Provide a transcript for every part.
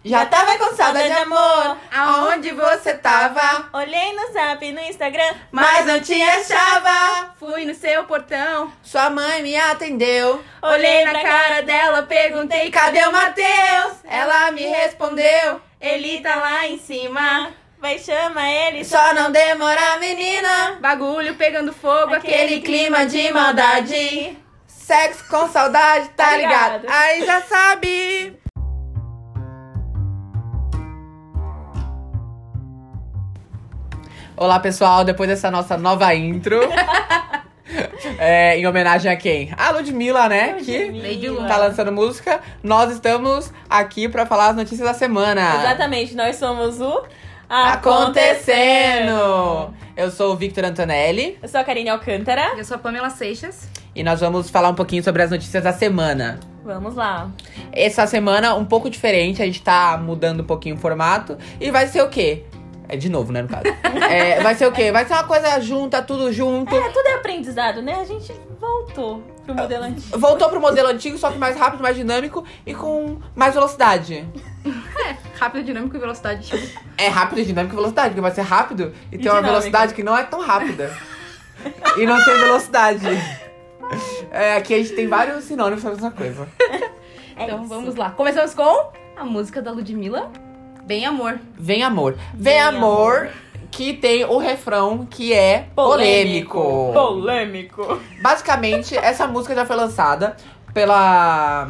Já tava com saudade de amor. Aonde você tava? Olhei no Zap e no Instagram, Mas não te achava. Fui no seu portão, Sua mãe me atendeu. olhei na cara dela, perguntei Cadê o Matheus? Ela me respondeu. Ele tá lá em cima. Vai, chama ele. Só não demora, menina. bagulho pegando fogo, Aquele clima de maldade. Sexo com saudade, tá Tá ligado? ligado. Aí já sabe. Olá, pessoal. Depois dessa nossa nova intro. Em homenagem a quem? A Ludmilla, né? Ludmilla. Lady Lu. Que tá lançando música. Nós estamos aqui pra falar as notícias da semana. Exatamente, nós somos o Acontecendo! Eu sou o Victor Antonelli Eu sou a Karine Alcântara. Eu sou a Pamela Seixas. e nós vamos falar um pouquinho sobre as notícias da semana. Vamos lá. Essa semana, um pouco diferente, a gente tá mudando um pouquinho o formato. E vai ser o quê? É de novo, né, no caso. Vai ser o quê? Vai ser uma coisa junta, tudo junto. Tudo é aprendizado, né? A gente voltou pro modelo antigo. Voltou pro modelo antigo, só que mais rápido, mais dinâmico e com mais velocidade. Rápido, dinâmico e velocidade. É rápido, dinâmico e velocidade, porque vai ser rápido e tem uma dinâmico. velocidade que não é tão rápida. E não tem velocidade. Aqui a gente tem vários sinônimos pra mesma coisa. Então isso. vamos lá. Começamos com a música da Ludmilla, Bem Amor. Vem amor. Vem amor, que tem o refrão que é polêmico. Polêmico. Basicamente, essa música já foi lançada pela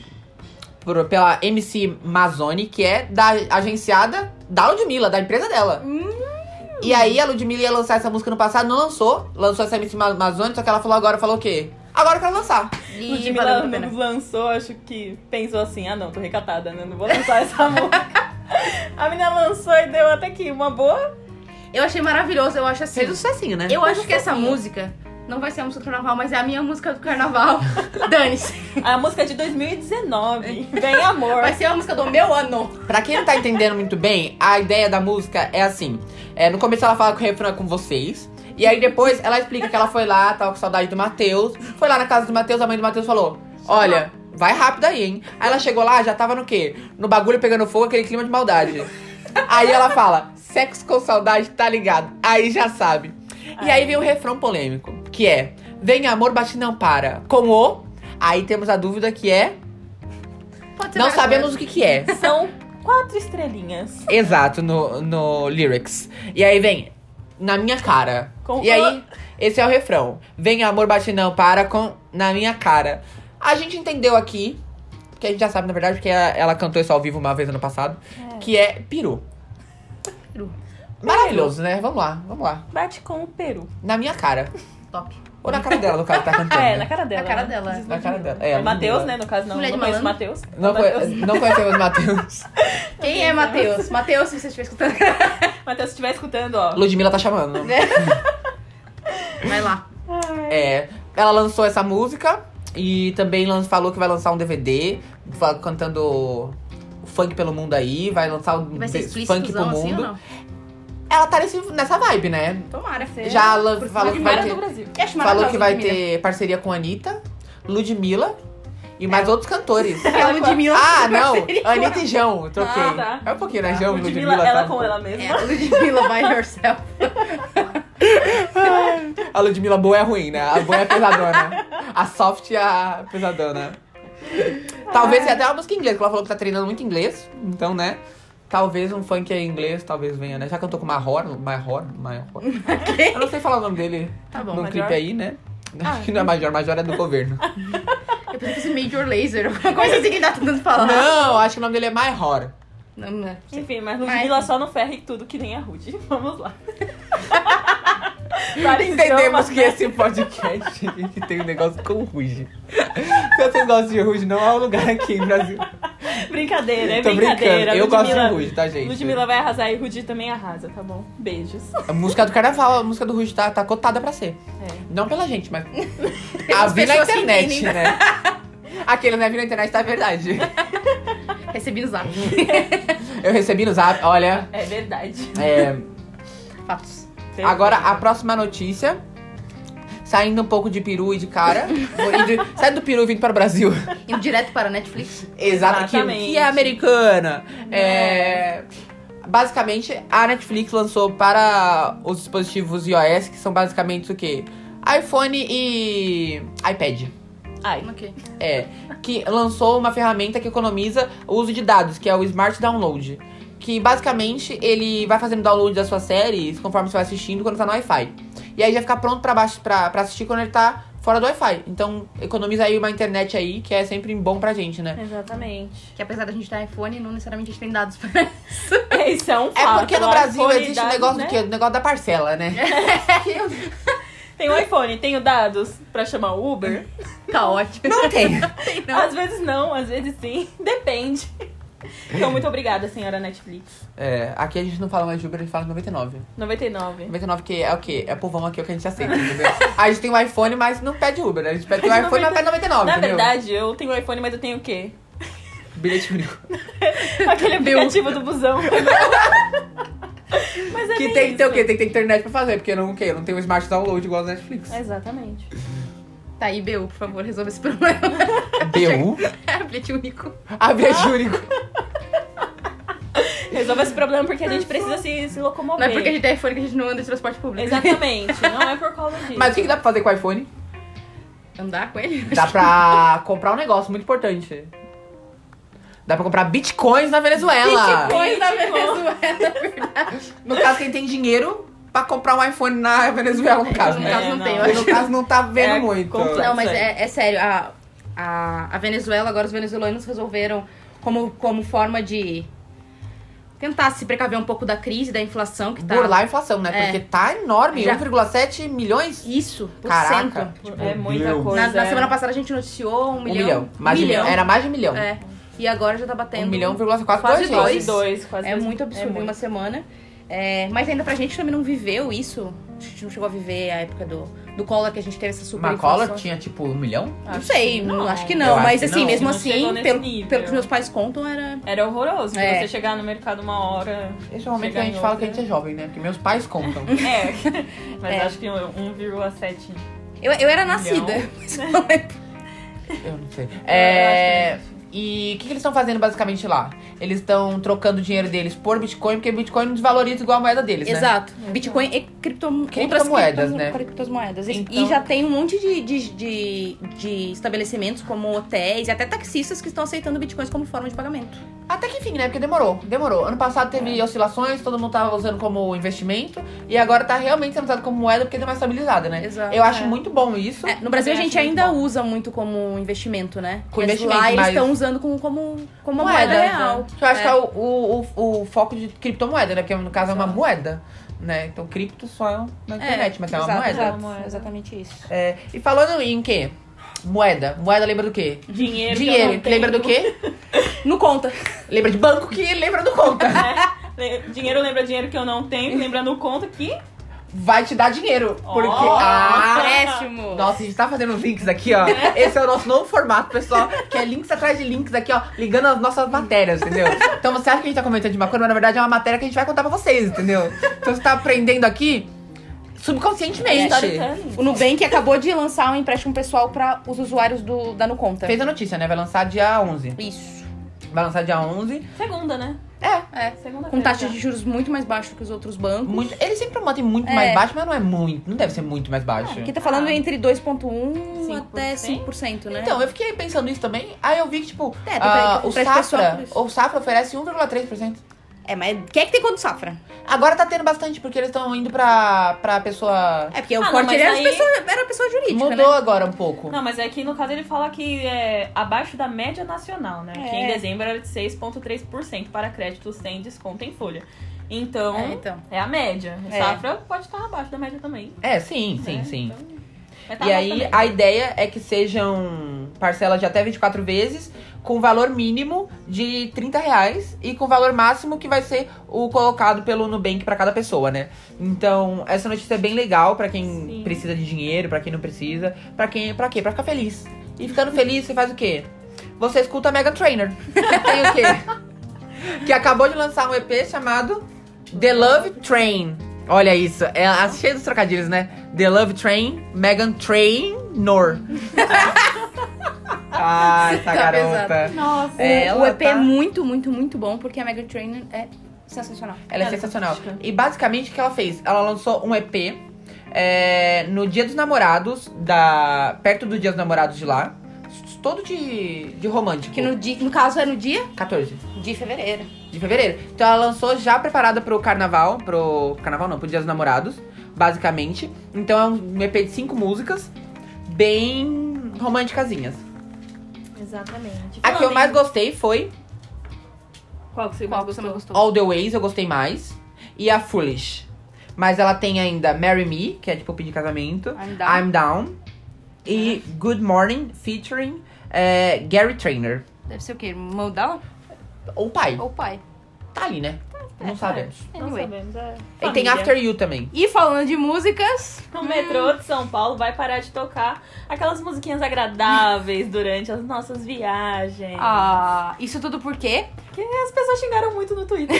MC Mazzoni, que é agenciada da Ludmilla, da empresa dela. E aí a Ludmilla ia lançar essa música no passado, não lançou. Lançou essa MC Mazzoni, só que ela falou o quê? Agora eu quero lançar. E Ludmilla valeu a pena. lançou, acho que pensou assim, não, tô recatada, né? Não vou lançar essa música. A menina lançou e deu até que uma boa. Eu achei maravilhoso, eu acho assim. Fez um sucessinho, né? Eu Fez acho que essa sucessinho. música não vai ser a música do carnaval, mas é a minha música do carnaval. Dane-se. A música de 2019. Vem amor. Vai ser a música do meu ano. Pra quem não tá entendendo muito bem, a ideia da música é assim. No começo ela fala que o refrão é com vocês. E aí depois ela explica que ela foi lá, tava com saudade do Matheus. Foi lá na casa do Matheus, a mãe do Matheus falou: olha, vai rápido aí, hein? Aí ela chegou lá, já tava no quê? No bagulho pegando fogo, aquele clima de maldade. Aí ela fala: sexo com saudade, tá ligado? Aí já sabe. E aí vem o refrão polêmico, que é: vem amor, bate não para. Com o... Aí temos a dúvida que é... Pode ser Não mais sabemos forte. o que é. São 4 estrelinhas. Exato, no lyrics. E aí vem, na minha cara. Com E aí, esse é o refrão. Vem amor, bate não, para com na minha cara. A gente entendeu aqui, que a gente já sabe, na verdade, porque ela cantou isso ao vivo uma vez ano passado, que é peru. Peru. Maravilhoso, né? Vamos lá. Bate com o peru. Na minha cara. Top. Ou na cara dela, no caso, que tá cantando. Na cara dela. Na cara né? dela. Na cara dela. É, Matheus, né? No caso, não. Mulher de Não conheço malandro. Matheus. Não, não conhecemos o Matheus. Quem é Matheus? Matheus, se você estiver escutando. Matheus, se estiver escutando, ó. Ludmilla tá chamando. Vai lá. Ela lançou essa música e também falou que vai lançar um DVD cantando o funk pelo mundo aí, vai lançar um Vai ser funk pro explícitozão assim ou mundo. não? Ela tá nessa vibe, né? Tomara. Já falou que vai Primeira ter, do Brasil. Eu acho falou que vai Ludmilla. ter parceria com a Anitta, Ludmilla e mais outros cantores. A Ludmilla. Ah, não! parceria com Anitta e João, eu troquei. Ah, tá. É um pouquinho, né, João? e Ludmilla, Ludmilla, ela tá? com ela mesma. É, a Ludmilla by herself. A Ludmilla boa é ruim, né? A boa é a pesadona. A soft é a pesadona. Talvez seja até uma música em inglês, porque ela falou que tá treinando muito inglês. Então, né? Talvez um funk em inglês, talvez venha, né? Já cantou com Mahor. Eu não sei falar o nome dele Tá bom, no Major. clipe aí, né? Acho que não é Major é do governo. Eu pensei que fosse Major Laser, alguma coisa assim que dá tentando falar. Não, acho que o nome dele é Mahor. Não é. Enfim, mas Ludmilla só não ferre tudo que nem a Rude. Vamos lá. Vários Entendemos idiomas, que né? esse podcast que tem um negócio com o Ruge. Se vocês gostam de Ruge, não há um lugar aqui no Brasil. Brincadeira, é Tô brincadeira. brincando. Eu gosto de Ruge, tá, gente? Ludmilla vai arrasar e Rude também arrasa, tá bom? Beijos. A música do carnaval, a música do Ruge tá cotada pra ser. É. Não pela gente, mas a Pelas vi na pessoas que internet, entendem, né? Aquele né, vi na internet, tá verdade. Recebi no zap. Eu recebi no zap, olha. É verdade. é, Fatos. Agora, a próxima notícia saindo um pouco de peru e de cara. Saindo do peru e vindo para o Brasil. Indo direto para a Netflix. Exatamente. Que é americana. Basicamente, a Netflix lançou para os dispositivos iOS, que são basicamente o quê? iPhone e iPad. Ok. Que lançou uma ferramenta que economiza o uso de dados, que é o Smart Download. Que basicamente ele vai fazendo download das suas séries conforme você vai assistindo quando tá no Wi-Fi. E aí já fica pronto pra assistir quando ele tá fora do Wi-Fi. Então economiza aí uma internet aí, que é sempre bom pra gente, né? Exatamente. Que apesar da gente ter iPhone, não necessariamente a gente tem dados pra isso. Isso é um fato. É porque no Brasil iPhone existe o dados, negócio né? do quê? O negócio da parcela, né? Tem o iPhone, tenho dados pra chamar o Uber? Tá ótimo. Não tem. Às vezes não, às vezes sim. Depende. Então, muito obrigada, senhora Netflix. Aqui a gente não fala mais de Uber, a gente fala 99. 99. 99 que é o quê? É povão aqui, é o que a gente aceita, entendeu? A gente tem o iPhone, mas não pede Uber. A gente pede o iPhone, mas pede 99, Na entendeu? verdade, eu tenho o iPhone, mas eu tenho o quê? Bilhete único. Aquele aplicativo do busão. Mas é Que bem tem que ter o isso. quê? Tem que ter internet pra fazer, porque eu não tenho o Smart Download igual a Netflix. Exatamente. Tá aí, BU, por favor, resolva esse problema. BU? É, bilhete único. Bilhete único. Resolva esse problema porque a gente precisa se locomover. Não é porque a gente tem iPhone que a gente não anda de transporte público. Exatamente, não é por causa disso. Mas o que dá pra fazer com o iPhone? Andar com ele? Dá pra comprar um negócio muito importante. Dá pra comprar bitcoins na Venezuela. Bitcoins da Venezuela, é verdade. No caso, quem tem dinheiro pra comprar um iPhone na Venezuela, no caso, No né? caso não tem, eu Porque acho. no caso não tá vendo muito. complexo. Não, mas Isso aí. é sério, a Venezuela, agora os venezuelanos resolveram, como forma de tentar se precaver um pouco da crise, da inflação que tá... Burlar a inflação, né? Porque tá enorme, Já. 1,7 milhões. Isso, por Caraca. cento. É muita Deus. coisa. Na semana passada a gente noticiou 1 1 milhão. milhão. Mais de milhão. Era mais de 1 milhão. É. E agora já tá batendo... 1 milhão, quase quase 2 dois. vezes. Quase É dois. muito absurdo em muito. uma semana. Mas ainda pra gente também não viveu isso. A gente não chegou a viver a época do Collor, que a gente teve essa super Uma cola inflação. tinha tipo 1 milhão? Não sei, não. acho que Eu não. acho Mas que assim, não. mesmo Não assim, chegou nesse pelo nível. que os meus pais contam, era... Era horroroso. É. Você chegar no mercado uma hora. Esse é o momento que chegar a gente em fala que a outra. gente é jovem, né? Porque meus pais contam. É. Mas É. acho que 1,7. Eu era nascida. Mas eu não lembro. Eu não sei. Eu acho E o que eles estão fazendo basicamente lá? Eles estão trocando o dinheiro deles por Bitcoin, porque Bitcoin não desvaloriza igual a moeda deles, né? Exato. Bitcoin e Criptomoedas, né? Criptomoedas. Então- E já tem um monte de estabelecimentos como hotéis e até taxistas que estão aceitando bitcoins como forma de pagamento. Até que enfim, né? Porque demorou. Ano passado teve oscilações, todo mundo tava usando como investimento. E agora tá realmente sendo usado como moeda porque deu mais estabilizada, né? Exato. Eu acho muito bom isso. No Brasil a também gente acho muito ainda bom. usa muito como investimento, né? Com Mas investimento, lá eles mas- estão usando como uma moeda real. Eu acho que é o foco de criptomoeda, né? Porque no caso é uma moeda, né? Então cripto só é na internet, mas é uma exato, moeda. exato. Moeda. Exatamente isso. E falando em quê? Moeda. Moeda lembra do quê? Dinheiro. Dinheiro. Que eu não Lembra do tenho. quê? Não conta. Lembra de banco que lembra do conta. Dinheiro lembra dinheiro que eu não tenho, lembrando conta que. Vai te dar dinheiro. Porque. Empréstimo. Nossa, a gente tá fazendo os links aqui, ó. Esse é o nosso novo formato, pessoal. Que é links atrás de links aqui, ó. Ligando as nossas matérias, entendeu? Então você acha que a gente tá comentando de uma coisa, mas na verdade é uma matéria que a gente vai contar pra vocês, entendeu? Então você tá aprendendo aqui subconscientemente. Storytelling. O Nubank acabou de lançar um empréstimo pessoal para os usuários da Nuconta. Fez a notícia, né? Vai lançar dia 11. Isso. Vai lançar dia 11. Segunda, né? É. Segunda. Com taxa de juros muito mais baixa que os outros bancos. Muito, ele sempre mantém muito mais baixo, mas não é muito. Não deve ser muito mais baixo. Aqui tá falando entre 2,1% 5%? até 5%, né? Então, eu fiquei pensando nisso também. Aí eu vi que, tipo, É, tem o empréstimo pessoal Safra, por isso. o Safra oferece 1,3%. Mas quem é que tem quanto safra? Agora tá tendo bastante, porque eles estão indo pra pessoa... É, porque o não, forte mas era, aí- era pessoa jurídica, Mudou né? agora um pouco. Não, mas é que no caso ele fala que é abaixo da média nacional, né? Que em dezembro era de 6,3% para créditos sem desconto em folha. Então, então. é a média. É. Safra pode estar abaixo da média também. Sim, né? sim. Então, mas tá E bom aí, também. a ideia é que sejam parcelas de até 24 vezes, com valor mínimo de R$30 e com valor máximo que vai ser o colocado pelo Nubank pra cada pessoa, né? Então, essa notícia é bem legal pra quem Sim. precisa de dinheiro, pra quem não precisa. Pra quê? Pra ficar feliz. E ficando feliz, você faz o quê? Você escuta a Mega Trainer. Tem o quê? Que acabou de lançar um EP chamado The Love Train. Olha isso, é cheio dos trocadilhos, né? The Love Train, Meghan Trainor. Ai, essa Tá garota. pesado. Nossa. O EP tá- é muito, muito, muito bom, porque a Meghan Trainor é sensacional. Ela é sensacional. E basicamente o que ela fez? Ela lançou um EP no Dia dos Namorados, perto do Dia dos Namorados de lá. Todo de romântico. Que no caso é no dia 14 de fevereiro. de fevereiro. Então ela lançou já preparada pro carnaval. Pro Dia dos Namorados, basicamente. Então é um EP de 5 músicas, bem românticazinhas. Exatamente. A que eu mais gostei foi Qual que você Qual mais que você mais gostou? gostou? All The Ways, eu gostei mais. E a Foolish. Mas ela tem ainda Marry Me, que é tipo pedir casamento. I'm Down. E Good Morning, featuring Gary Trainor. Deve ser o quê? Irmão dela Ou pai. ou pai? Tá ali, né? Não sabemos. Não Anyway. sabemos, é. E tem Família. After You também. E falando de músicas, O metrô de São Paulo vai parar de tocar aquelas musiquinhas agradáveis durante as nossas viagens. isso tudo por quê? Que as pessoas xingaram muito no Twitter.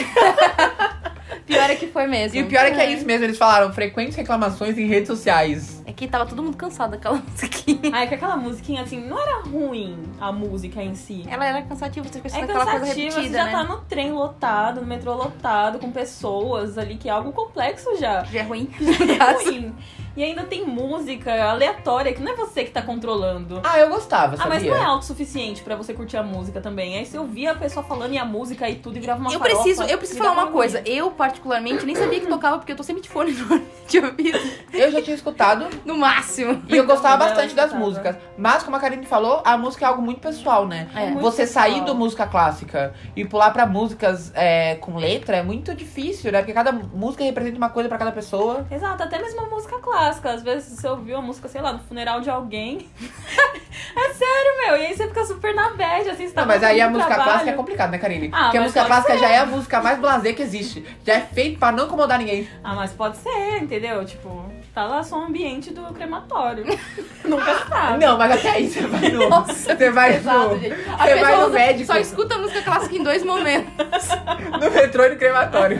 Pior é que foi mesmo. E o pior é que é isso mesmo, eles falaram frequentes reclamações em redes sociais. É que tava todo mundo cansado daquela musiquinha. Ai, que aquela musiquinha, assim, não era ruim a música em si. Ela era cansativa, você fica É aquela coisa cansativa, você repetida, já né? tá no trem lotado, no metrô lotado, com pessoas ali, que é algo complexo já. Já é ruim. É ruim. E ainda tem música aleatória, que não é você que tá controlando. Ah, eu gostava, Ah, sabia? mas não é autossuficiente pra você curtir a música também. Aí você ouvia a pessoa falando e a música e tudo e virava uma Eu farofa, preciso falar uma coisa. Eu, particularmente, nem sabia que tocava, porque eu tô sempre de fone de ouvido. Eu já tinha escutado No máximo. e eu gostava Não, bastante eu das escutava. músicas. Mas, como a Karine falou, a música é algo muito pessoal, né? É. muito Você pessoal. sair do música clássica e pular pra músicas com letra é muito difícil, né? Porque cada música representa uma coisa pra cada pessoa. Exato, até mesmo uma música clássica. Às vezes você ouviu uma música, sei lá, no funeral de alguém. É sério, meu. E aí você fica super na bad, assim, você tá Não, mas aí a fazendo música trabalho. clássica é complicado, né, Karine? Ah, Porque a mas música pode clássica já é a música mais blasé que existe. Já é feito pra não incomodar ninguém. Ah, mas pode ser, entendeu? Tipo, tá lá só o ambiente do crematório. Nunca se sabe. Não, mas até aí você vai no. Nossa, você vai pesado, no. gente. A Você vai pessoa no médico, só escuta música clássica em 2 momentos. no metrô e no crematório.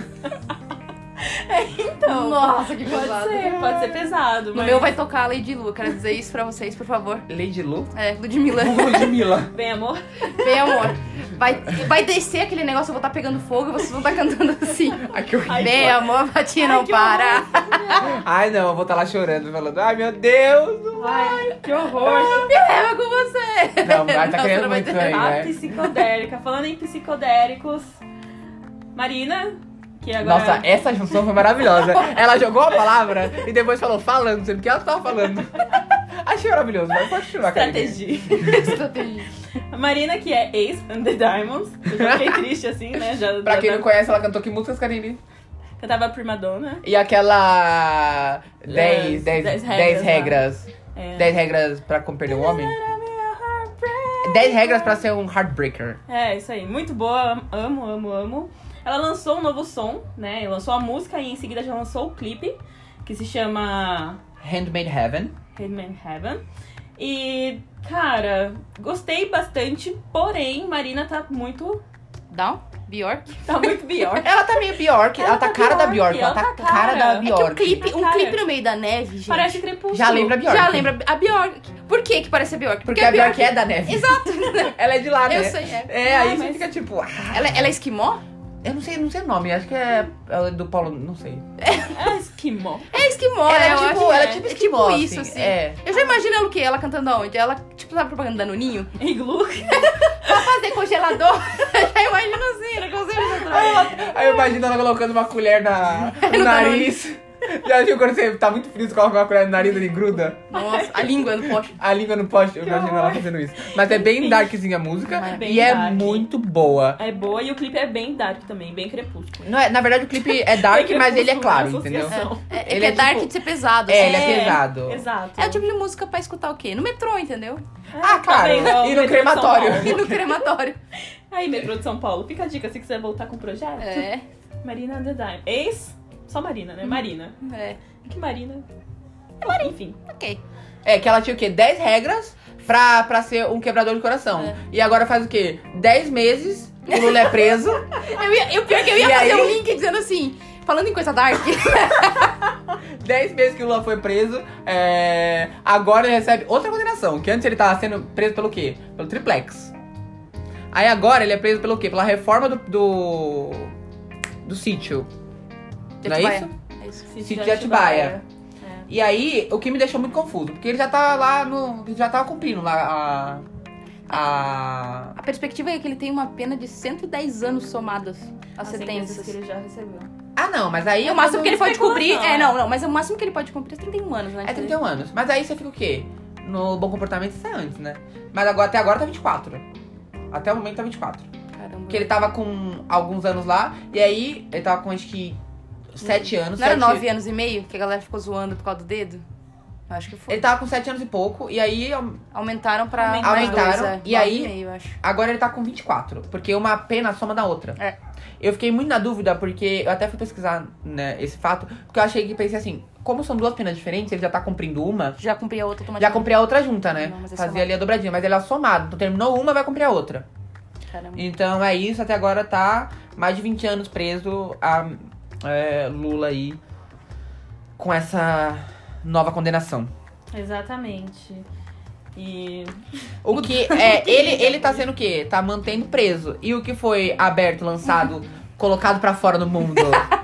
Então, Nossa, que pode ser pesado. No mas meu vai tocar a Lady Lu. Eu quero dizer isso pra vocês, por favor. Lady Lu? É, Ludmilla. Ludmilla. Bem, amor. Bem, amor. Vai descer aquele negócio, eu vou estar pegando fogo e vocês vão estar cantando assim. Ai, que horrível. Ai, Bem, amor, batinha não que para. Ai, não, eu vou estar lá chorando, falando, ai, meu Deus. Ai, que horror. Me leva com você. Não, vai, tá Não, querendo você não vai muito ter- aí, A né? psicodélica. Falando em psicodélicos, Marina, que agora... Nossa, essa junção foi maravilhosa. Ela jogou a palavra e depois falou falando, sendo que ela tava falando. Achei maravilhoso, mas pode continuar, Karine. Estratégia. Estratégia. A Marina, que é Ace and the Diamonds. Eu já fiquei triste, assim, né? Pra quem não conhece, ela cantou que músicas, Karine? Cantava Prima Donna. E aquela 10 10 regras. É. 10 regras pra como perder um homem? 10 regras pra ser um heartbreaker. É, isso aí. Muito boa. Amo, amo, amo. Ela lançou um novo som, né? Lançou a música e em seguida já lançou o clipe, que se chama Handmade Heaven. Handmade Heaven. E, cara, gostei bastante, porém, Marina tá muito Down? Bjork? Bjork. Ela tá meio Bjork, ela tá cara da Bjork, ela tá cara da É que Bjork. um Cara. clipe no meio da neve, gente. Parece Crepúsculo. Já lembra a Bjork. Já lembra a Bjork. Por que que parece a Bjork? Porque a Bjork é da neve. Exato. Ela é de lá, né? Eu sei, é. É, aí Ah, você mas- fica tipo... ah, Ela é esquimó? eu não sei o nome, acho que é do Paulo, não sei. É esquimó. É esquimó, Ela né? é Eu tipo, acho. ela é tipo esquimó, isso, assim. É. Eu já imagino ela o quê? Ela cantando aonde? Ela, tipo, sabe a propaganda da Nuninho? Iglu. Pra fazer congelador. Eu já imagino assim, não consigo imaginar. Aí eu imagino ela colocando uma colher no nariz. Já viu quando você tá muito frio, você coloca uma colher no nariz e gruda? Nossa, a língua no poste. A língua no poste, eu imagino ela fazendo isso. Mas é bem Enfim. darkzinha a música Bem e é dark. muito boa. É boa e o clipe é bem dark também, bem crepúsculo. Não é, na verdade o clipe é dark, Bem mas ele é crepúsculo, claro, né? entendeu? Associação. É Ele que é é dark tipo- de ser pesado. É, assim. ele é pesado. Exato. É o tipo de música pra escutar o quê? No metrô, entendeu? Ah, claro. vendo? O E no metrô de São crematório. Paulo. E no crematório. Aí, metrô de São Paulo, fica a dica se quiser voltar com o projeto. É. Marina the Dime. Ex, só Marina, né? Marina. É. Que Marina. Enfim. Ok. É, que ela tinha o quê? 10 regras pra ser um quebrador de coração. É. E agora faz o quê? 10 meses, o Lula é preso. O pior é que eu ia E fazer aí? um link dizendo assim... Falando em coisa dark. 10 meses que o Lula foi preso, agora ele recebe outra condenação. Que antes ele tava sendo preso pelo quê? Pelo triplex. Aí agora ele é preso pelo quê? Pela reforma do sítio. Não é isso? É isso. Sítio de Atibaia. E aí, o que me deixou muito confuso, porque ele já tá lá ele já tava cumprindo lá A perspectiva é que ele tem uma pena de 110 anos somadas às sentenças. Que ele já recebeu. Ah, não, mas aí... O máximo que ele pode cumprir... especulação, Não, mas o máximo que ele pode cumprir é 31 anos, né? É 31 anos. Mas aí você fica o quê? No bom comportamento você sai antes, né? Mas agora, até agora tá 24. Até o momento tá 24. Caramba. Porque ele tava com alguns anos lá, e aí ele tava com acho que 7 anos. Não era 7... 9 anos e meio que a galera ficou zoando por causa do dedo? Eu acho que foi. Ele tava com 7 anos e pouco, e aí Aumentaram pra Aumentaram, mais 2, e aí- 9,5, eu acho. agora ele tá com 24. Porque uma pena soma da outra. É. Eu fiquei muito na dúvida, porque eu até fui pesquisar, né, esse fato, porque eu achei que pensei assim, como são duas penas diferentes, ele já tá cumprindo uma, Já cumpri a outra já automaticamente. cumpri a outra junta, né? Não, mas é Fazia somado. ali a dobradinha, mas ele é somado. Então terminou uma, vai cumprir a outra. Caramba. Então é isso, até agora tá mais de 20 anos preso a Lula aí com essa nova condenação. Exatamente. E O que ele tá sendo o quê? Tá mantendo preso. E o que foi aberto, lançado, colocado pra fora do mundo?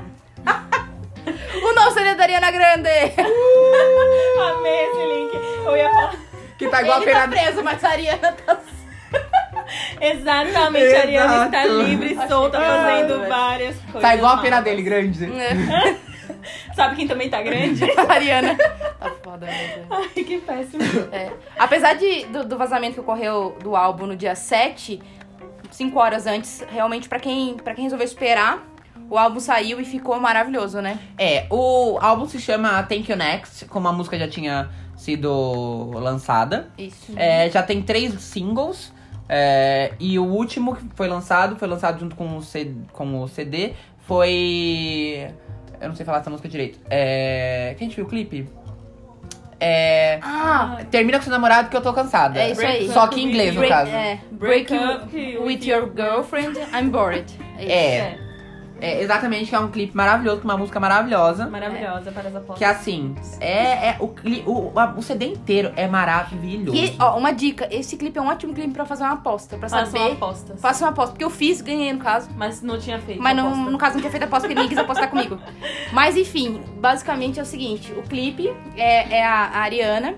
O nosso CD da Ariana Grande! amei esse link. Eu ia falar. Que tá igual Ele a tá pena... preso, mas a Ariana tá... Exatamente, a Ariana está Exato. livre e solta Achei fazendo que era, várias coisas. Tá igual a pena malas. dele, grande. Sabe quem também tá grande? A Ariana. Tá foda, né? Ai, que péssimo. É. Apesar do vazamento que ocorreu do álbum no dia 7, 5 horas antes, realmente, pra quem resolveu esperar, o álbum saiu e ficou maravilhoso, né? O álbum se chama Thank You Next, como a música já tinha sido lançada. Isso. Já tem 3 singles. E o último que foi lançado junto com o CD, foi... Eu não sei falar essa música direito. Que a gente viu o clipe? Termina com seu namorado que eu tô cansada. É isso aí. Só que em inglês, no caso. Break Break up with your girlfriend, I'm bored. É isso. Exatamente, que é um clipe maravilhoso, com uma música maravilhosa. Maravilhosa para as apostas. Que assim, o CD inteiro é maravilhoso. E, ó, uma dica, esse clipe é um ótimo clipe pra fazer uma aposta, pra Façam saber... apostas. Faça uma aposta, porque eu fiz, ganhei no caso. Mas não tinha feito Mas aposta. no caso não tinha feito aposta, porque ninguém quis apostar comigo. Mas enfim, basicamente é o seguinte, o clipe é a Ariana,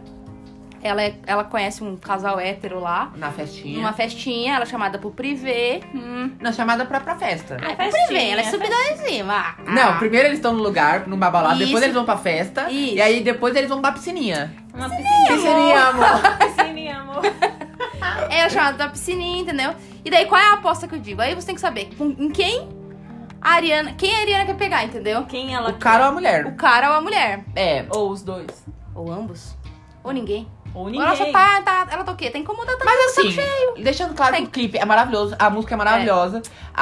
ela conhece um casal hétero lá, Na festinha. numa festinha, ela é chamada pro privê. Na chamada pra festa. Pro festinha, privê, ela é é subida lá em cima. Não, primeiro eles estão no lugar, numa balada, Isso. depois eles vão pra festa. Isso. E aí depois eles vão pra piscininha. Uma piscininha, Piscininha, amor. Piscininha, amor. Ela é chamada pra piscininha, entendeu? E daí, qual é a aposta que eu digo? Aí você tem que saber em quem a Ariana quer pegar, entendeu? Quem ela O cara ou a O mulher? cara ou a mulher. Ou os dois. Ou ambos. Ou ninguém. Ou Ou ninguém. ela só tá ela tá o quê? Tá incomodada também. Mas assim, deixando claro que Tem. o clipe é maravilhoso, a música é maravilhosa.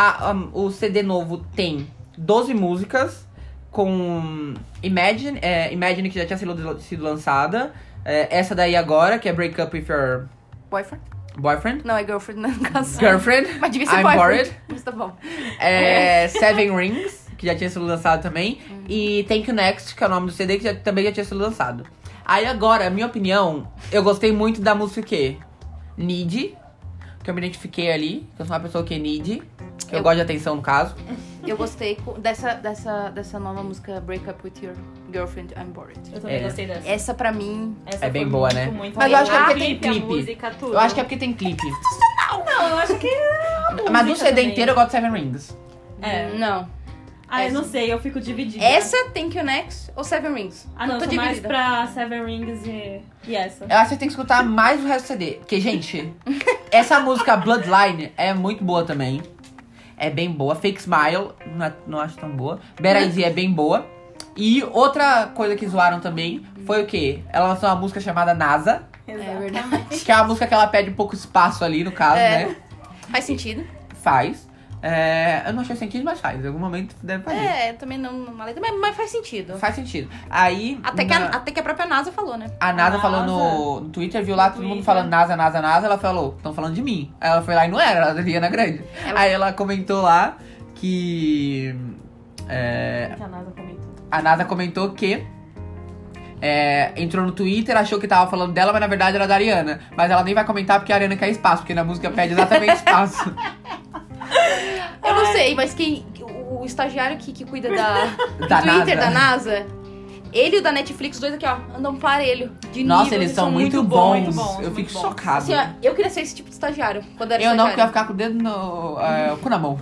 O CD novo tem 12 músicas com Imagine, que já tinha sido lançada. Essa daí agora, que é Break Up With Your Boyfriend? Boyfriend. Não, é girlfriend, né, no caso. Girlfriend. Mas devia ser I'm boyfriend. Bored. Mas tá bom. Seven Rings, que já tinha sido lançado também. E Thank You Next, que é o nome do CD, que também já tinha sido lançado. Aí agora, minha opinião, eu gostei muito da música que Need, que eu me identifiquei ali, que eu sou uma pessoa que é need, que eu gosto de atenção no caso. Eu gostei dessa nova música Break Up With Your Girlfriend, I'm Bored. Eu também gostei dessa. Essa pra mim... Essa É bem foi boa, muito, né? muito Mas eu acho que é boa. porque tem A clipe. música, tudo. Eu acho que é porque tem clipe. Não, eu acho que Mas do música CD também. inteiro eu gosto de Seven Rings. Não. Ah, eu não sei, eu fico dividida. Essa, Thank You Next ou Seven Rings? Ah, não, eu tô tô mais dividida. pra Seven Rings e essa. Eu acho que você tem que escutar mais o resto do CD. Porque, gente, essa música Bloodline é muito boa também. É bem boa. Fake Smile, não acho tão boa. Better Idea é bem boa. E outra coisa que zoaram também foi o quê? Ela lançou uma música chamada NASA. É verdade. Que é uma música que ela pede um pouco espaço ali, no caso, né? Faz sentido. Faz. Eu não achei sentido, mas faz. Em algum momento deve fazer. Também não uma letra, mas faz sentido. Faz sentido. Aí. Até que a própria NASA falou, né? A NASA NASA. falou no Twitter, viu lá todo mundo falando NASA. Ela falou, estão falando de mim. Aí ela foi lá e não era, ela devia na grande. Aí ela comentou lá que Que a NASA comentou. A NASA comentou que entrou no Twitter, achou que tava falando dela, mas na verdade era da Ariana. Mas ela nem vai comentar porque a Ariana quer espaço, porque na música pede exatamente espaço. Eu não sei, mas o estagiário que cuida do Da Twitter NASA. da NASA, ele e o da Netflix, os dois aqui, ó, andam parelho de Nossa, nível. eles são muito bons, bons. muito bons, Eu muito fico bons. chocado. Assim, ó, eu queria ser esse tipo de estagiário quando era Eu não, estagiário. porque eu ia ficar com o dedo no cu na mão.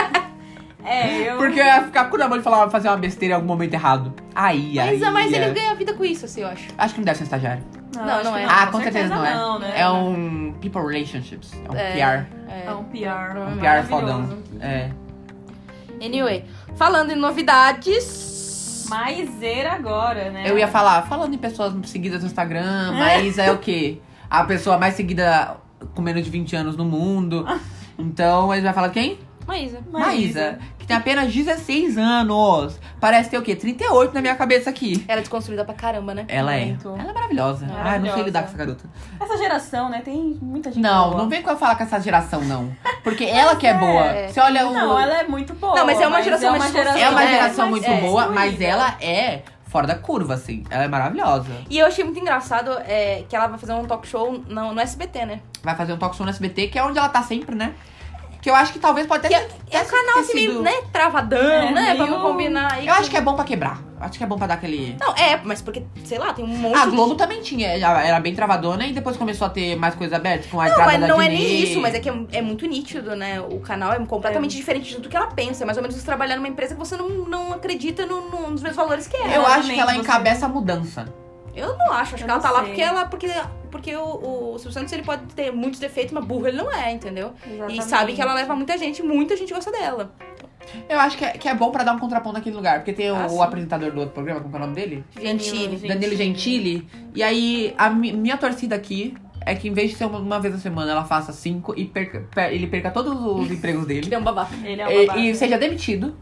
Eu... Porque eu ia ficar com o cu na mão de fazer uma besteira em algum momento errado. Mas ele ganha vida com isso, assim, eu acho. Acho que não deve ser estagiário. Não, acho não que é. Ah, com certeza não é. Não, né? É um People Relationships. É um PR. É um PR. Um PR maravilhoso. fodão. É. Anyway, falando em novidades... Maiseira agora, né? Eu ia falar, falando em pessoas seguidas no Instagram, mas é o quê? A pessoa mais seguida com menos de 20 anos no mundo. Então, ele vai falar quem? Maísa, que tem apenas 16 anos. Parece ter o quê? 38 na minha cabeça aqui. Ela é desconstruída pra caramba, né? Ela Muito. Ela é maravilhosa. Ah, eu não sei Maravilhosa. lidar com essa garota. Essa geração, né? Tem muita gente Não, boa. não vem com eu falar com essa geração, não. Porque ela que é boa. Você olha o... Não, ela é muito boa. Não, mas é uma geração mais É uma geração mas muito boa, mas excluída. ela é fora da curva, assim. Ela é maravilhosa. E eu achei muito engraçado que ela vai fazer um talk show no SBT, né? Vai fazer um talk show no SBT, que é onde ela tá sempre, né? Que eu acho que talvez pode Que até é um canal assim meio, né, travadão, né? meio- Vamos combinar aí. Eu acho que é bom pra quebrar. Acho que é bom pra dar aquele... Não, mas porque, sei lá, tem um monte A de... Globo também tinha, era bem travadona e depois começou a ter mais coisas abertas com a Não, entrada mas da não é Diney. nem isso, mas é que é muito nítido, né? O canal é completamente diferente do que ela pensa. É mais ou menos você trabalhar numa empresa que você não acredita nos mesmos valores que ela. Eu acho que ela Exatamente, encabeça a mudança. Eu não acho. Acho Eu que ela tá não lá sei. porque o Silvio Santos ele pode ter muitos defeitos, mas burro ele não é, entendeu? Exatamente. E sabe que ela leva muita gente gosta dela. Eu acho que é bom pra dar um contraponto naquele lugar. Porque tem Ah, o sim. apresentador do outro programa, como é o nome dele? Gentili. Danilo Gentili. E aí, a minha torcida aqui é que em vez de ser uma vez na semana, ela faça 5 e ele perca todos os empregos dele. Ele é um babaca. Ele é uma E seja demitido.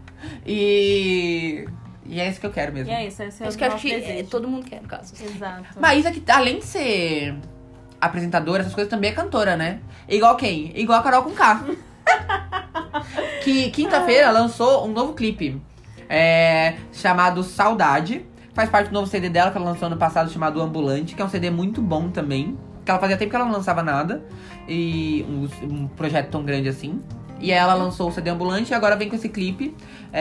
E é isso que eu quero mesmo. E é isso, esse é o Isso que eu acho nosso que desejo. todo mundo quer, no caso. Exato. Maísa, que além de ser apresentadora, essas coisas, também é cantora, né? Igual quem? Igual a Carol Conká. Que quinta-feira lançou um novo clipe chamado Saudade. Faz parte do novo CD dela que ela lançou ano passado, chamado Ambulante, que é um CD muito bom também. Que ela fazia tempo que ela não lançava nada. E um projeto tão grande assim. E aí ela lançou o CD Ambulante e agora vem com esse clipe.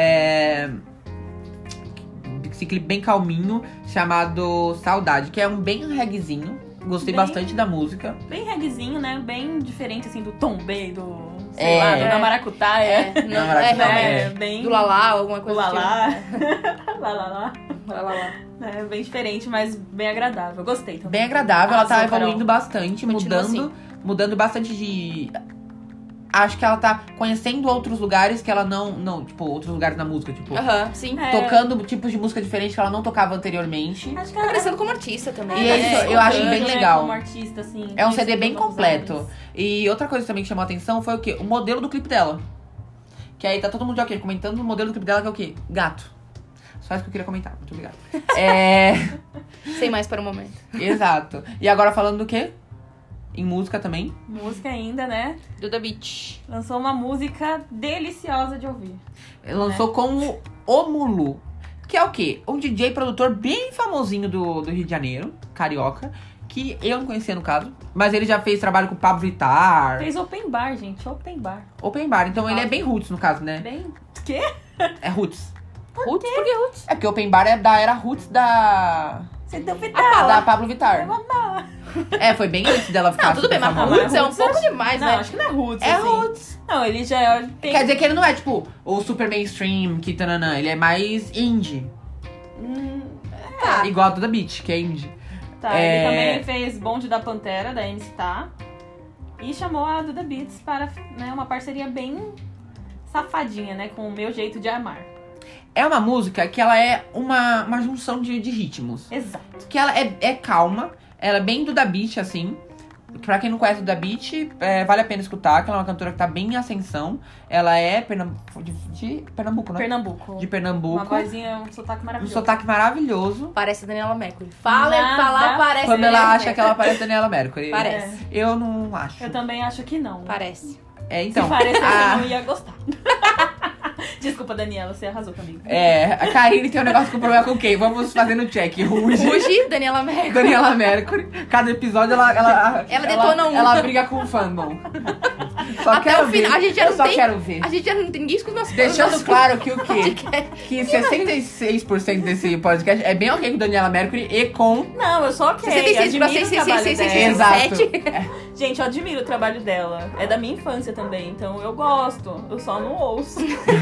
Esse clipe bem calminho, chamado Saudade, que é um bem reggaezinho. Gostei Bem- bastante da música. Bem reggaezinho, né? Bem diferente, assim, do Tom B, do... É. Sei lá, do Namaracutaia. Não, Não, é, não, realmente. bem... Do Lalá, alguma Do coisa Lalá. tipo. Lalá. Lalá. É bem diferente, mas bem agradável. Gostei também. Bem agradável, ela tá Arrasou, evoluindo bastante, Continua mudando bastante de... Acho que ela tá conhecendo outros lugares que ela não tipo, outros lugares na música, tipo... Aham, sim. É. Tocando tipos de música diferentes que ela não tocava anteriormente. Acho que Tá ela crescendo como artista também. E né? é isso, eu acho bem né, legal. Como artista, assim, É um CD conhecendo bem novos completo. ares. E outra coisa também que chamou a atenção foi o quê? O modelo do clipe dela. Que aí tá todo mundo já aqui comentando o modelo do clipe dela, que é o quê? Gato. Só isso que eu queria comentar. Muito obrigado. Sem mais para o momento. Exato. E agora falando do quê? Em música também. Música ainda, né? Duda Beach. Lançou uma música deliciosa de ouvir. Lançou com o Mulu. Que é o quê? Um DJ produtor bem famosinho do Rio de Janeiro. Carioca. Que eu não conhecia no caso. Mas ele já fez trabalho com o Pablo Vittar. Fez open bar, gente. Open bar. Open bar. Então ele é bem roots no caso, né? Bem... Quê? É roots. Roots? Por que Roots? É porque Open bar é da era roots da Você deu da Pablo Vittar. Foi bem antes dela ficar Não, tudo bem, super mas famosa. Roots é um Roots pouco é- demais, Não, né? acho que não é roots, É assim. roots. Não, ele já tem... Quer dizer que ele não é, tipo, o super mainstream, que tananã. Ele é mais indie. Tá. Igual a Duda Beat, que é indie. Tá, ele também fez Bonde da Pantera, da MC Tá. E chamou a Duda Beats para, né, uma parceria bem safadinha, né? Com o Meu Jeito de Amar. É uma música que ela é uma junção de ritmos. Exato. Que ela é calma, ela é bem Duda Beat, assim. Pra quem não conhece Duda Beat, vale a pena escutar, que ela é uma cantora que tá bem em ascensão. Ela é de Pernambuco, né? Pernambuco. De Pernambuco. Uma vozinha, um sotaque Um maravilhoso. sotaque maravilhoso. Parece Daniela Mercury. Nada. Falar, parece Quando Daniela ela acha Mercury. que ela parece Daniela Mercury. Parece. Eu não acho. Eu também acho que não. Parece. Então. Se parecesse, a- eu não ia gostar. Desculpa, Daniela, você arrasou também. A Karine tem um negócio com problema com quem? Vamos fazendo check. Ruge, Daniela Mercury. Daniela Mercury. Cada episódio ela detona um. Ela briga com o fandom. Só Até quero o final. ver. A gente já Eu não só tem. quero ver. A gente já não tem ninguém com os nossos Deixando claro que o quê? podcast. Que 66% desse podcast é bem ok com Daniela Mercury e com... Não, eu sou ok. Admiro o trabalho dela. Exato. Gente, eu admiro o trabalho dela. É da minha infância também, então eu gosto. Eu só não ouço.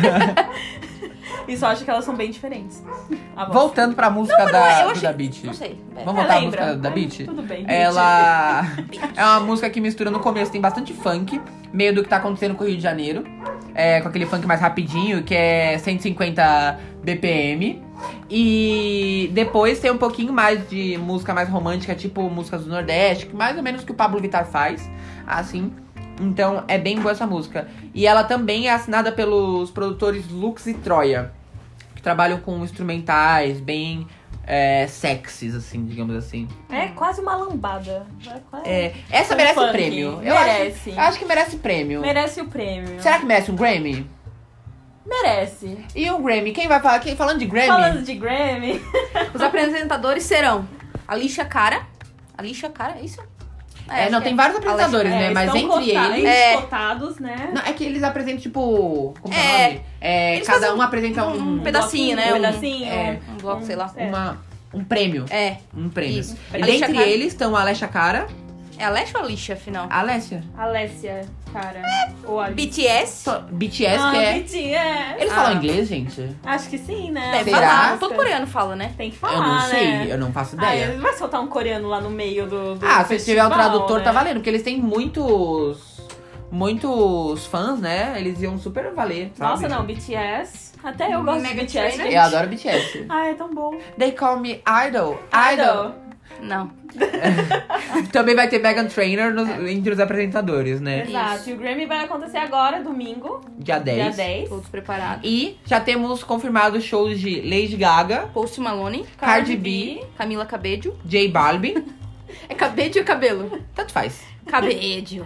E só acho que elas são bem diferentes. Voltando pra música da Beat. Não sei. Vamos voltar à música da Beat? Tudo bem. Ela é uma música que mistura no começo, tem bastante funk, meio do que tá acontecendo com o Rio de Janeiro. Com aquele funk mais rapidinho, que é 150 BPM. E depois tem um pouquinho mais de música mais romântica, tipo músicas do Nordeste, que mais ou menos que o Pablo Vittar faz, assim. Então é bem boa essa música. E ela também é assinada pelos produtores Lux e Troia, que trabalham com instrumentais bem sexys, assim, digamos assim. É quase uma lambada. Essa merece funk. prêmio. Merece. Eu acho que merece prêmio. Merece o prêmio. Será que merece um Grammy? Merece. E o Grammy? Quem vai falar? Falando de Grammy? Falando de Grammy. Os apresentadores serão Alicia Cara, é isso? Não, tem vários apresentadores, né? Mas entre eles... cotados, né? Não, é que eles apresentam, tipo... Como é o nome? Cada um apresenta um pedacinho, né? Um pedacinho. Um bloco, sei lá. Um prêmio. Um prêmio. Isso. Dentre eles estão a Alessia Cara. É Alessia ou Alicia, afinal? Alessia, cara. Ou a BTS? BTS, que é... BTS. Eles falam inglês, gente? Acho que sim, né? Deve Será? falar. Todo coreano fala, né? Tem que falar, Eu não sei, né? eu não faço Ah, ideia. ele vai soltar um coreano lá no meio do Se tiver um festival, tradutor, né? tá valendo. Porque eles têm muitos fãs, né? Eles iam super valer, sabe? Nossa, não, BTS. Até eu gosto de Mega BTS. Trainer. Eu adoro BTS. Ai, é tão bom. They call me Idol. Não. Também vai ter Meghan Trainor entre os apresentadores, né? Exato. Isso. E o Grammy vai acontecer agora, domingo, Dia 10. dia 10. Todos preparados. E já temos confirmados shows de Lady Gaga, Post Malone, Cardi B, Camila Cabello. J Balvin. É cabello ou cabelo? Tanto faz. Cabello.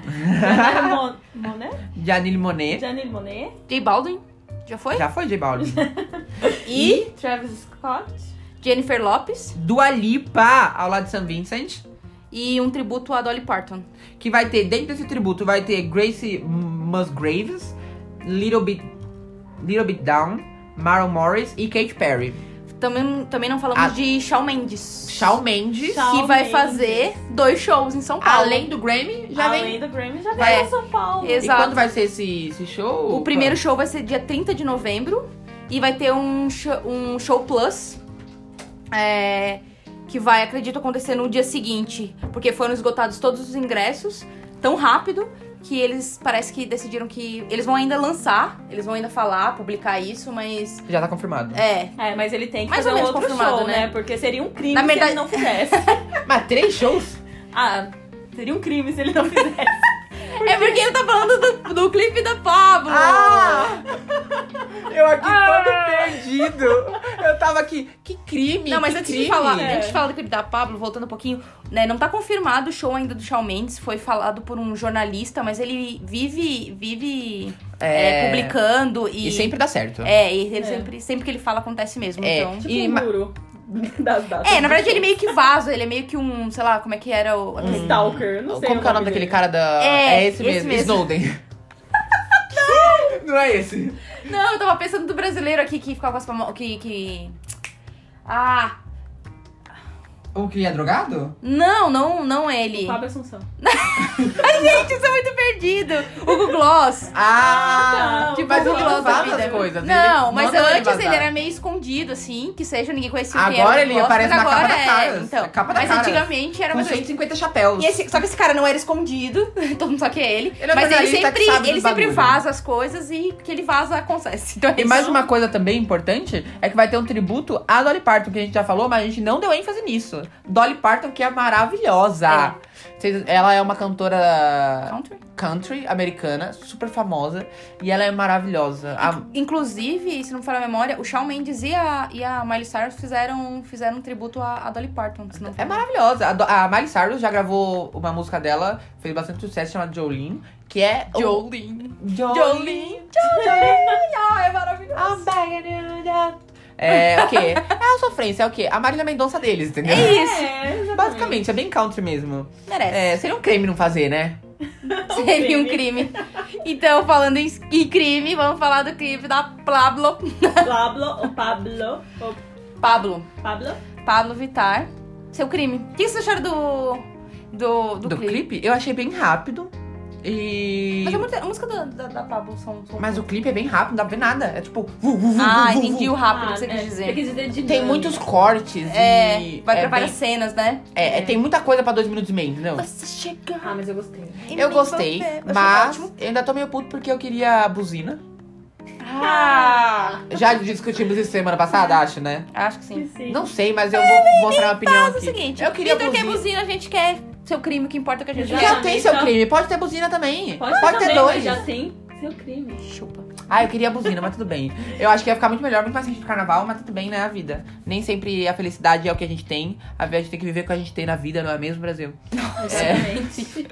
Janelle Monáe. Janelle Monáe. J Balvin. Já foi? Já foi J Balvin. E Travis Scott. Jennifer Lopez. Dua Lipa, ao lado de St. Vincent. E um tributo a Dolly Parton. Que vai ter, dentro desse tributo, vai ter Gracie Musgraves, Little Bit Down, Maren Morris e Katy Perry. Também não falamos de Shawn Mendes. Shawn Mendes. Que vai fazer 2 shows em São Paulo. Além do Grammy, já Além vem. do Grammy, já Vai. vem em São Paulo. Exato. E quando vai ser esse show? O primeiro show vai ser dia 30 de novembro. E vai ter um show plus. Que vai, acredito, acontecer no dia seguinte. Porque foram esgotados todos os ingressos tão rápido que eles parece que decidiram que eles vão ainda lançar, eles vão ainda falar, publicar isso, mas... Já tá confirmado. Mas ele tem que Mais fazer ou menos um outro confirmado, show, né? Porque seria um crime Na verdade- se ele não fizesse. Mas 3 shows? Seria um crime se ele não fizesse. É porque ele tá falando do clipe da Pablo! Eu aqui todo perdido. Eu tava aqui, que crime, Não, mas que antes crime. de falar do clipe da Pablo, voltando um pouquinho, né, não tá confirmado o show ainda do Shawn Mendes, foi falado por um jornalista, mas ele vive publicando e... E sempre dá certo. E ele sempre que ele fala acontece mesmo, então... Tipo E um muro das datas. Na verdade ele meio que vaza, ele é meio que um, sei lá, como é que era o... Um stalker, não sei. Como que é o nome daquele cara da... Esse esse mesmo. Snowden. Não é esse. Não, eu tava pensando do brasileiro aqui que ficava com as famosas... O que é drogado? Não ele. O Fábio Assunção. Ai, gente, isso é muito perdido. O Google Gloss. não. Tipo, mas o ele Google não Gloss da vaza vida. as coisas. Não, ele mas manda antes vazar. ele era meio escondido, assim, que seja, ninguém conhecia quem era. Agora o ele Gloss, aparece mas na capa agora da Caras. Então, Capa da mas Caras. antigamente era Com mais... 150 chapéus. Só que esse cara não era escondido, todo mundo sabe que é ele. Ele é um mas ele jornalista sempre, que sabe ele dos sempre bagulho. vaza as coisas e que ele vaza acontece. Então, é E isso. mais uma coisa também importante é que vai ter um tributo à Dolly Parton, que a gente já falou, mas a gente não deu ênfase nisso. Dolly Parton, que é maravilhosa. Ela é uma cantora Country? americana, super famosa. E ela é maravilhosa. Inclusive, se não me falha a memória, o Shawn Mendes e a Miley Cyrus fizeram um tributo à Dolly Parton. Se não É maravilhosa. A Miley Cyrus já gravou uma música dela, fez bastante sucesso, chamada Jolene. Que é... Jolene. É maravilhoso. É o quê? É a sofrência, é o quê? A Marília Mendonça deles, entendeu? É isso. exatamente. Basicamente, é bem country mesmo. Merece. Seria um crime não fazer, né? Seria um crime. Então, falando em crime, vamos falar do clipe da Pablo Vittar. Seu crime. O que vocês acharam do clipe? Eu achei bem rápido. E... Mas a música da Pablo são Mas o clipe é bem rápido, não dá pra ver nada. É tipo... entendi o rápido que você quis dizer. Você quis dizer de Tem muitos cortes vai pra várias cenas, né? Tem muita coisa pra 2 minutos e meio, entendeu? Você chega. mas eu gostei. Eu gostei, achei mas ótimo. eu ainda tô meio puto porque eu queria buzina. Ah! Já discutimos isso semana passada, acho, né? Acho que sim. Não sei, mas eu vou mostrar minha opinião Mas é aqui. o seguinte, Eu queria Vitor quer buzina. buzina, a gente quer seu crime, o que importa é que a gente Já Já quer. tem seu então. crime, pode ter buzina também. Pode ter também, 2. mas já tem seu crime. Chupa. Eu queria buzina, mas tudo bem. Eu acho que ia ficar muito melhor, muito mais gente pro carnaval, mas tudo bem, né? A vida. Nem sempre a felicidade é o que a gente tem. A gente tem que viver o que a gente tem na vida, não é mesmo, Brasil? Exatamente.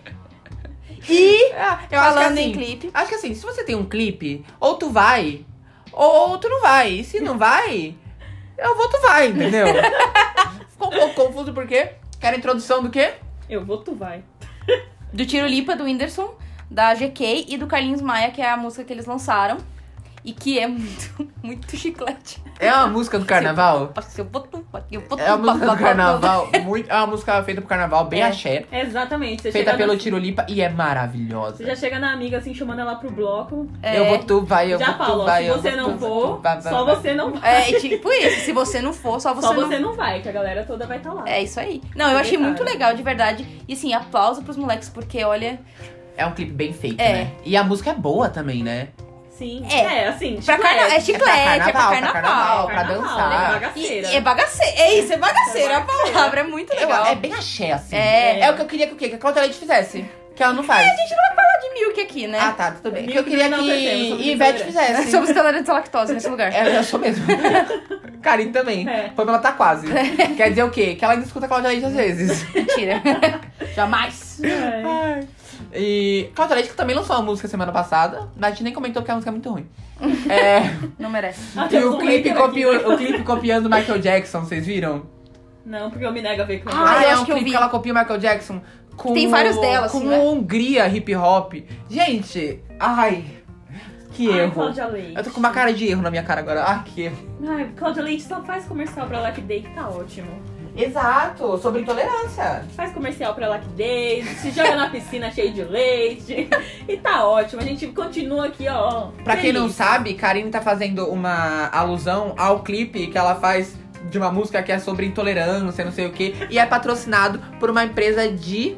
E, Eu falando acho que, em assim, clipe, acho que assim, se você tem um clipe, ou tu vai, ou tu não vai. E se não vai, eu vou, tu vai, entendeu? Ficou um pouco confuso porque quero a introdução do quê? Eu vou, tu vai. do Tiro Lipa, do Whindersson, da GK e do Carlinhos Maia, que é a música que eles lançaram. E que é muito chiclete. É uma música do carnaval? É uma música do carnaval. É uma música feita pro carnaval, bem axé. Exatamente. Você Feita chega pelo na- Tiro Lipa e é maravilhosa. Você já chega na amiga assim, chamando ela pro bloco. Eu vou, tu vai, eu Já vou, tu falou, vai. se eu você vou, não tu for, vai, só vai. você não vai. É tipo isso, se você não for, só você Só não... você não vai, que a galera toda vai estar lá. É isso aí. Não, eu achei muito legal, de verdade. E assim, aplauso pros moleques, porque olha... É um clipe bem feito, É. né? E a música é boa também, né? Sim. É. Assim, Pra carnaval, é chiclete, é pra carnaval. pra Carnaval, dançar. né? E Bagaceira. é bagaceira. É isso, é bagaceira. A palavra é muito legal. É bem axé, assim. É. É o que eu queria que o quê? Que a Cláudia Leite fizesse. Que ela não faz. A gente não vai falar de Milk aqui, né? Ah, tá, tudo bem. Milk Que eu queria não enaltecemos, que somos Ivete intolerantes. fizesse. Somos intolerantes à lactose nesse lugar. Eu sou mesmo. Karine também. É. Pamela tá quase. Quer dizer o quê? Que ela ainda escuta a Cláudia Leite às vezes. Mentira. Jamais. Ai. E Cláudia Leite que também lançou uma música semana passada, mas a gente nem comentou porque a música é muito ruim. É, Não merece. e o um clipe, hater aqui. o clipe copiando o Michael Jackson, vocês viram? Não, porque eu me nego a ver com Ah, eu é acho um que eu clipe vi. que ela copia o Michael Jackson com Tem vários dela, assim, com né? Hungria hip hop. Gente, ai, que Ai, erro. Cláudia Leite. Eu tô com uma cara de erro na minha cara agora. Ah, que erro. Ai, Cláudia Leite só faz comercial pra Lucky Day, que tá ótimo. Exato, sobre intolerância. Faz comercial pra Lucky Day, se joga na piscina cheio de leite. E tá ótimo. A gente continua aqui, ó. Pra quem não feliz. sabe, Karine tá fazendo uma alusão ao clipe que ela faz de uma música que é sobre intolerância, não sei o quê. E é patrocinado por uma empresa de...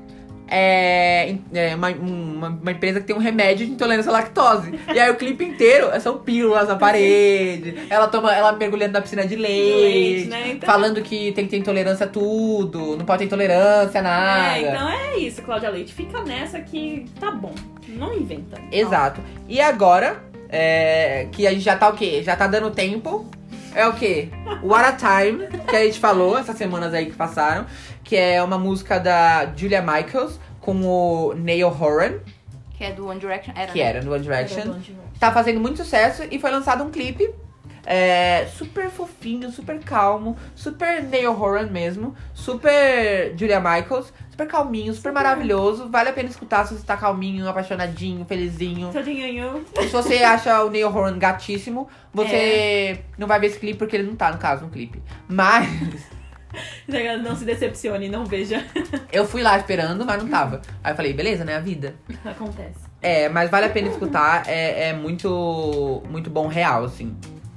uma empresa que tem um remédio de intolerância à lactose. E aí o clipe inteiro são pílulas na parede. Ela mergulhando na piscina de leite. né? Então, Falando que tem que ter intolerância a tudo. Não pode ter intolerância a nada. então é isso, Cláudia Leite. Fica nessa que tá bom. Não inventa. Exato. E agora, que a gente já tá o quê? Já tá dando tempo. É o quê? What a Time, que a gente falou essas semanas aí que passaram. Que é uma música da Julia Michaels com o Niall Horan, Que é do One Direction. que era no One Direction. Era bom demais. Tá fazendo muito sucesso e foi lançado um clipe super fofinho, super calmo, super Niall Horan mesmo, super Julia Michaels, super calminho, super maravilhoso. Vale a pena escutar se você tá calminho, apaixonadinho, felizinho. Tadinho. Se você acha o Niall Horan gatíssimo, você não vai ver esse clipe porque ele não tá, no caso, no clipe. Mas Não se decepcione, não veja. eu fui lá esperando, mas não tava. Aí eu falei, beleza, né, a vida. Acontece. Mas vale a pena escutar, é muito, muito bom real, assim.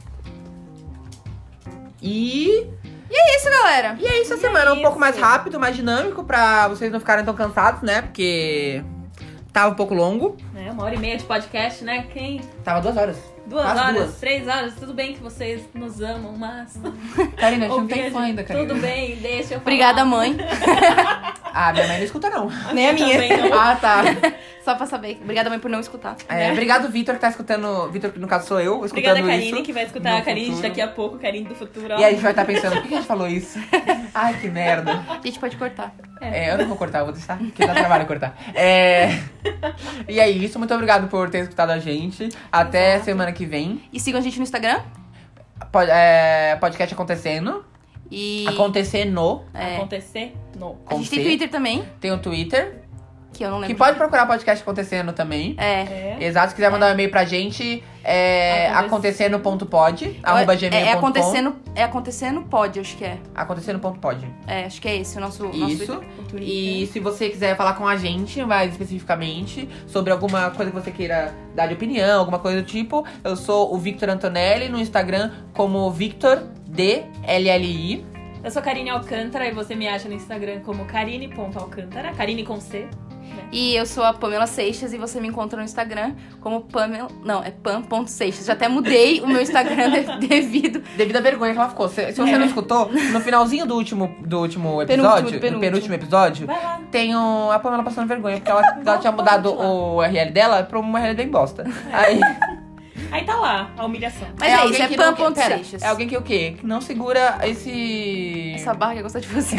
E É isso, galera. E é isso a semana, um pouco mais rápido, mais dinâmico, pra vocês não ficarem tão cansados, né? Porque tava um pouco longo. É, 1h30 de podcast, né? Quem? Tava 2 horas. 2 Às horas, 2. 3 horas, tudo bem que vocês nos amam, mas... Karina, a gente não ouvir tem fã ainda, Karina. Tudo bem, deixa eu falar. Obrigada, mãe. Ah, minha mãe não escuta, não. Nem a minha. Também não. Ah, tá. Só pra saber. Obrigada, mãe, por não escutar. Obrigado, Vitor, que tá escutando. Vitor, que no caso sou eu, escutando Obrigada, isso. Karine, que vai escutar no a Karine futuro. daqui a pouco, Karine do futuro. Ó. E aí a gente vai estar pensando, por que a gente falou isso? Ai, que merda. A gente pode cortar. Eu não vou cortar, eu vou deixar, porque dá trabalho cortar. E é isso, muito obrigado por ter escutado a gente. Até semana que vem. E sigam a gente no Instagram. Podcast acontecendo. E Acontecendo. Acontecer, não. a gente tem Twitter também, Tem o Twitter. que eu não lembro. Que pode procurar podcast acontecendo também. Exato, se quiser mandar um e-mail pra gente, acontecendo.pod, arroba gmail.com. É acontecendo pode, acho que é. Acontecendo.pod. Acho que é esse o nosso Isso. Twitter. E se você quiser falar com a gente, mais especificamente, sobre alguma coisa que você queira dar de opinião, alguma coisa do tipo, eu sou o Victor Antonelli no Instagram como Victor DLLI. Eu sou Karine Alcântara e você me acha no Instagram como Karine.alcântara, Karine com C. E eu sou a Pamela Seixas e você me encontra no Instagram como Pamela... Não, é pam.seixas. Já até mudei o meu Instagram devido... Devido à vergonha que ela ficou. Se você não escutou, no finalzinho do último episódio, Penúltimo. no penúltimo episódio, Vai lá. tem a Pamela passando vergonha, porque ela tinha mudado o URL dela pra uma URL bem bosta. Aí tá lá, a humilhação. Mas é alguém isso, é que não- pam.seixas. É alguém que o quê? Que não segura esse... Essa barra que gosta de você.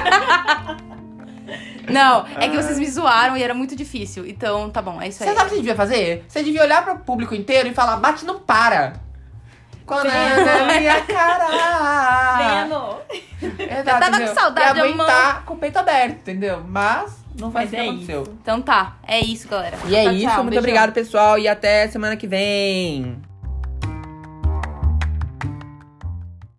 Não, é que vocês me zoaram e era muito difícil. Então, tá bom, é isso aí. Você sabe o que você devia fazer? Você devia olhar pro público inteiro e falar, bate, não para. Quando é na minha cara. Vem, amor. Exato, tava com entendeu? saudade, E aguentar com o peito aberto, entendeu? Mas não faz Mas o que é aconteceu. Então tá, é isso, galera. E é Tchau, isso, tchau, muito beijão. obrigado, pessoal, e até semana que vem.